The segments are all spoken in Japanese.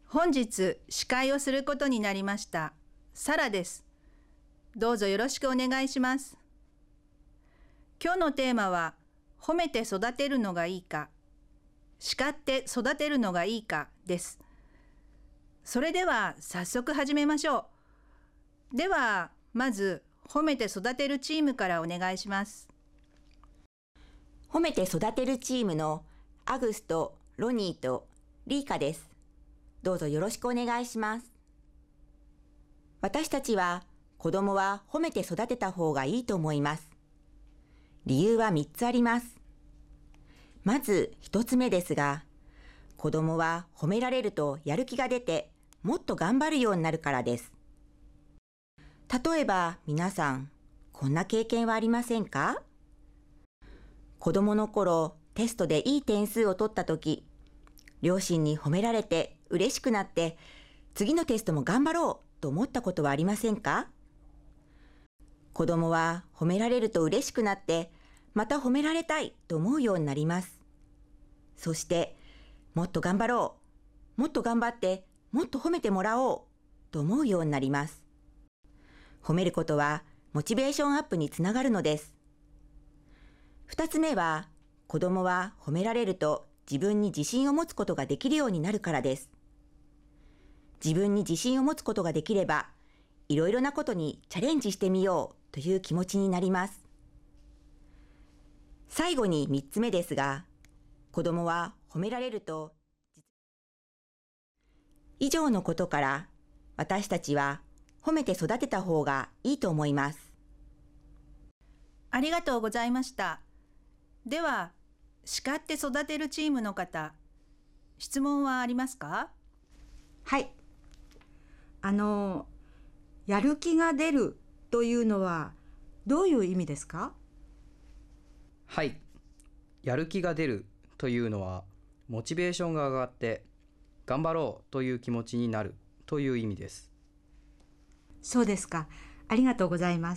本日司会をすることになりましたサラです。どうぞよろしくお願いします。今日のテーマは褒めて育てるのがいいか、叱って育てるのがいいかです。それでは早速始めましょう。ではまず褒めて育てるチームからお願いします。 褒めて育てるチームのアグスとロニーとリーカです。どうぞよろしくお願いします。私たちは子供は褒めて育てた方がいいと思います。理由は3つあります。まず1つ目ですが、子供は褒められるとやる気が出てもっと頑張るようになるからです。例えば皆さん、こんな経験はありませんか？子供の頃、テストでいい点数を取ったとき、両親に褒められて嬉しくなって、次のテストも頑張ろうと思ったことはありませんか？子供は褒められると嬉しくなって、また褒められたいと思うようになります。そして、もっと頑張ろう、もっと頑張って、もっと褒めてもらおうと思うようになります。褒めることはモチベーションアップにつながるのです。2つ目は、子供は褒められると自分に自信を持つことができるようになるからです。自分に自信を持つことができれば、いろいろなことにチャレンジしてみようという気持ちになります。最後に3つ目ですが、子供は褒められると、以上のことから私たちは褒めて育てた方がいいと思います。 ありがとうございました。では、叱って育てるチームの方、質問はありますか？ はい。やる気が出るというのはどういう意味ですか？ はい。やる気が出るというのは、モチベーションが上がって頑張ろうという気持ちになるという意味です。 そうですか。ありがとうございます。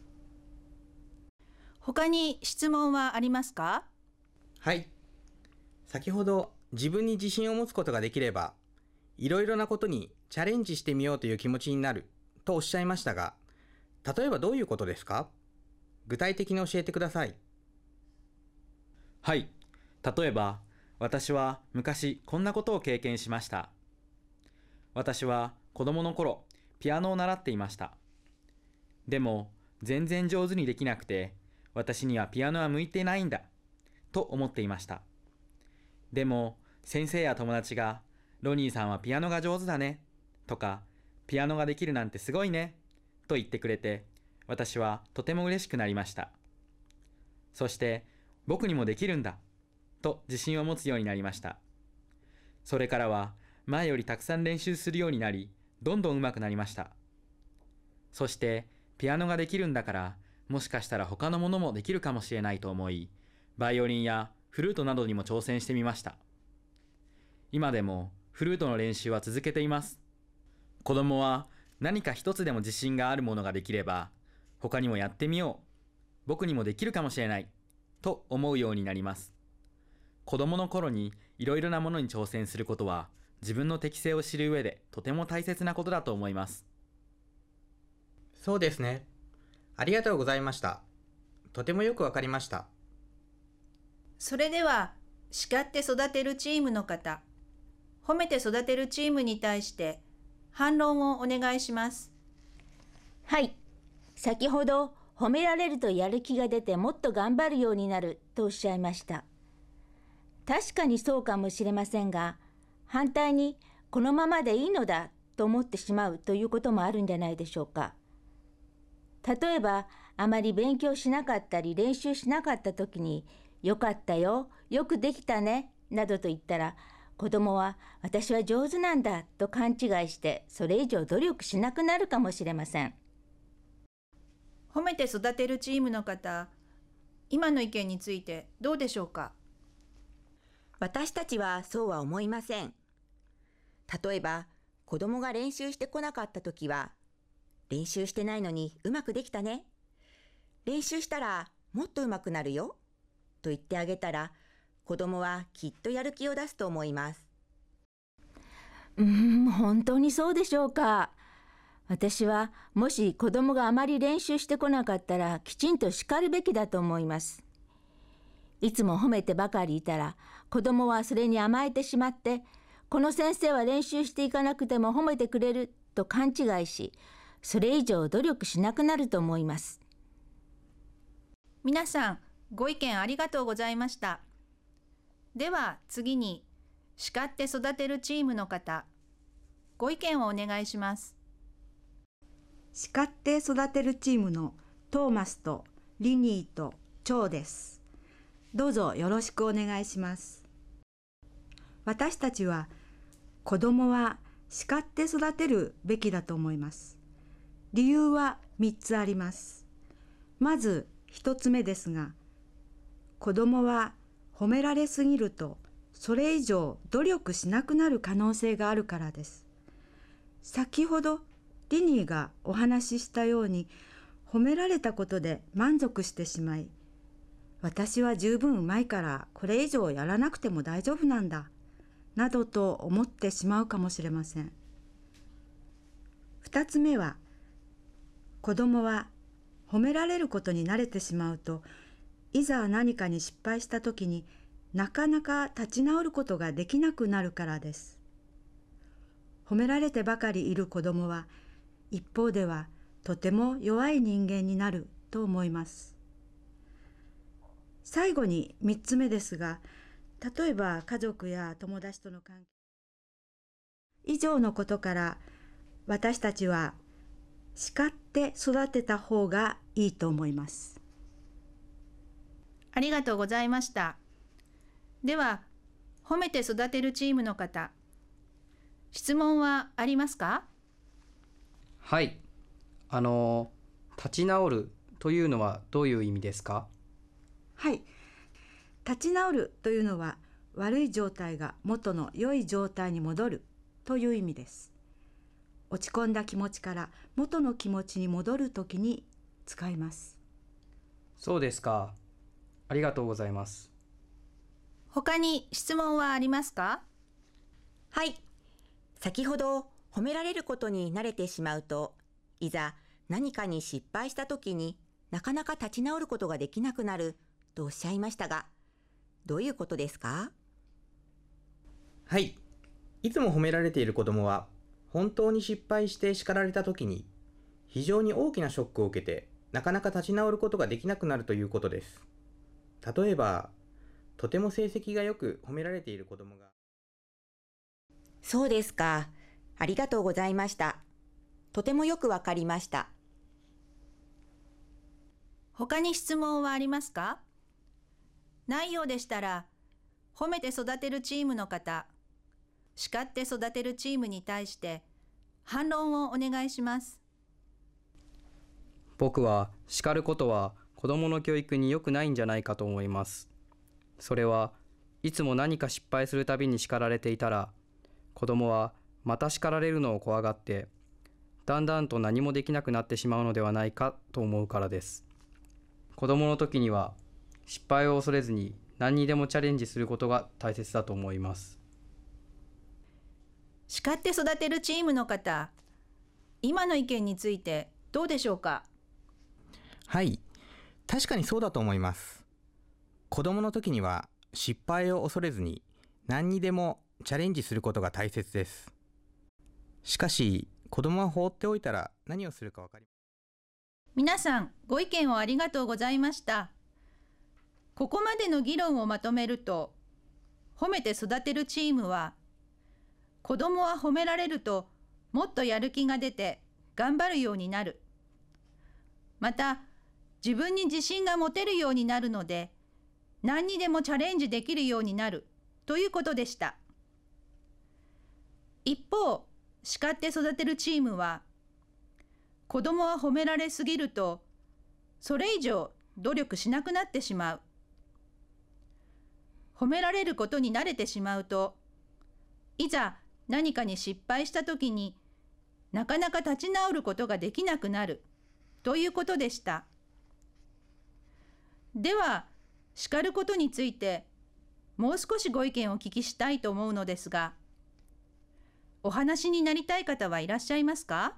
他に質問はありますか？ はい。先ほど自分に自信を持つことができれば、いろいろなことにチャレンジしてみようという気持ちになるとおっしゃいましたが、例えばどういうことですか？具体的に教えてください。 はい。例えば、私は昔こんなことを経験しました。私は子供の頃、ピアノを習っていました。でも、全然上手にできなくて、私にはピアノは向いてないんだ、と思っていました。でも、先生や友達が、ロニーさんはピアノが上手だね、とか、ピアノができるなんてすごいね、と言ってくれて、私はとても嬉しくなりました。そして、僕にもできるんだ、と自信を持つようになりました。それからは、前よりたくさん練習するようになり、どんどん上手くなりました。そして、ピアノができるんだから、もしかしたら他のものもできるかもしれないと思い、バイオリンやフルートなどにも挑戦してみました。今でもフルートの練習は続けています。子供は何か一つでも自信があるものができれば、他にもやってみよう、僕にもできるかもしれない、と思うようになります。子供の頃にいろいろなものに挑戦することは、自分の適性を知る上でとても大切なことだと思います。 そうですね。ありがとうございました。とてもよくわかりました。 それでは、叱って育てるチームの方、褒めて育てるチームに対して反論をお願いします。 はい。先ほど褒められるとやる気が出てもっと頑張るようになるとおっしゃいました。確かにそうかもしれませんが、反対にこのままでいいのだと思ってしまうということもあるんじゃないでしょうか。例えば、あまり勉強しなかったり練習しなかった時に、よかったよ、よくできたね、などと言ったら、子供は私は上手なんだと勘違いして、それ以上努力しなくなるかもしれません。 褒めて育てるチームの方、今の意見についてどうでしょうか？ 私たちはそうは思いません。例えば、子供が練習してこなかったときは、練習してないのにうまくできたね。練習したらもっとうまくなるよ。と言ってあげたら、子供はきっとやる気を出すと思います。 本当にそうでしょうか。私はもし子供があまり練習してこなかったらきちんと叱るべきだと思います。いつも褒めてばかりいたら子供はそれに甘えてしまって、この先生は練習していかなくても褒めてくれると勘違いし、それ以上努力しなくなると思います。 皆さん、ご意見ありがとうございました。では次に、叱って育てるチームの方、ご意見をお願いします。 叱って育てるチームのトーマスとリニーとチョウです。どうぞよろしくお願いします。私たちは子供は叱って育てるべきだと思います。理由は3つあります。まず1つ目ですが、子供は褒められすぎるとそれ以上努力しなくなる可能性があるからです。先ほどリニーがお話ししたように、褒められたことで満足してしまい、私は十分うまいからこれ以上やらなくても大丈夫なんだなどと思ってしまうかもしれません。2つ目は、子供は褒められることに慣れてしまうと、いざ何かに失敗したときになかなか立ち直ることができなくなるからです。褒められてばかりいる子供は、一方ではとても弱い人間になると思います。最後に3つ目ですが、例えば家族や友達との関係。以上のことから私たちは叱って育てた方がいいと思います。 ありがとうございました。では、褒めて育てるチームの方、質問はありますか？ はい。立ち直るというのはどういう意味ですか？ はい。立ち直るというのは、悪い状態が元の良い状態に戻るという意味です。落ち込んだ気持ちから元の気持ちに戻るときに使います。 そうですか。ありがとうございます。 他に質問はありますか？ はい。先ほど褒められることに慣れてしまうと、いざ何かに失敗したときになかなか立ち直ることができなくなるとおっしゃいましたが、どういうことですか？ はい。いつも褒められている子供は、本当に失敗して叱られたときに、非常に大きなショックを受けて、なかなか立ち直ることができなくなるということです。例えば、とても成績がよく褒められている子供が。 そうですか。ありがとうございました。とてもよくわかりました。 他に質問はありますか？ないようでしたら、褒めて育てるチームの方、叱って育てるチームに対して反論をお願いします。 僕は叱ることは子どもの教育に良くないんじゃないかと思います。それはいつも何か失敗するたびに叱られていたら、子どもはまた叱られるのを怖がって、だんだんと何もできなくなってしまうのではないかと思うからです。子どもの時には失敗を恐れずに何にでもチャレンジすることが大切だと思います。 叱って育てるチームの方、今の意見についてどうでしょうか？ はい。確かにそうだと思います。子供の時には失敗を恐れずに何にでもチャレンジすることが大切です。しかし、子供は放っておいたら何をするか分かりません。 皆さん、ご意見をありがとうございました。ここまでの議論をまとめると、褒めて育てるチームは、子供は褒められるともっとやる気が出て頑張るようになる。また、自分に自信が持てるようになるので、何にでもチャレンジできるようになるということでした。一方、叱って育てるチームは、子供は褒められすぎると、それ以上努力しなくなってしまう。褒められることに慣れてしまうと、いざ何かに失敗したときになかなか立ち直ることができなくなるということでした。では、叱ることについてもう少しご意見をお聞きしたいと思うのですが、 お話になりたい方はいらっしゃいますか？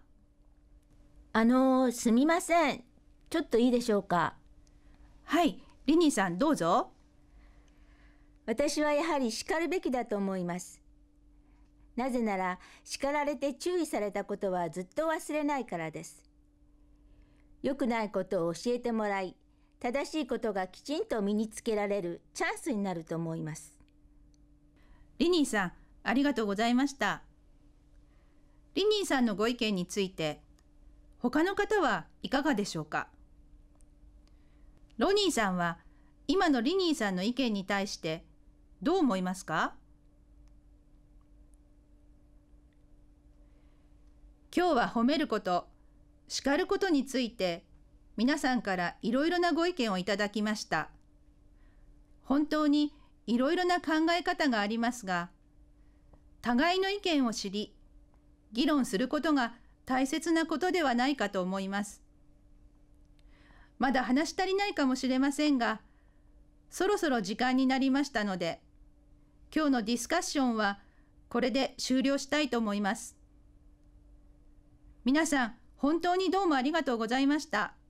すみません。ちょっといいでしょうか。 はい、リニーさんどうぞ。 私はやはり叱るべきだと思います。なぜなら、叱られて注意されたことはずっと忘れないからです。良くないことを教えてもらい、正しいことがきちんと身につけられるチャンスになると思います。 リニーさん、ありがとうございました。リニーさんのご意見について、他の方はいかがでしょうか？ロニーさんは今のリニーさんの意見に対してどう思いますか？今日は褒めること、叱ることについて皆さんからいろいろなご意見をいただきました。本当にいろいろな考え方がありますが、互いの意見を知り、議論することが大切なことではないかと思います。まだ話し足りないかもしれませんが、そろそろ時間になりましたので、今日のディスカッションはこれで終了したいと思います。皆さん、本当にどうもありがとうございました。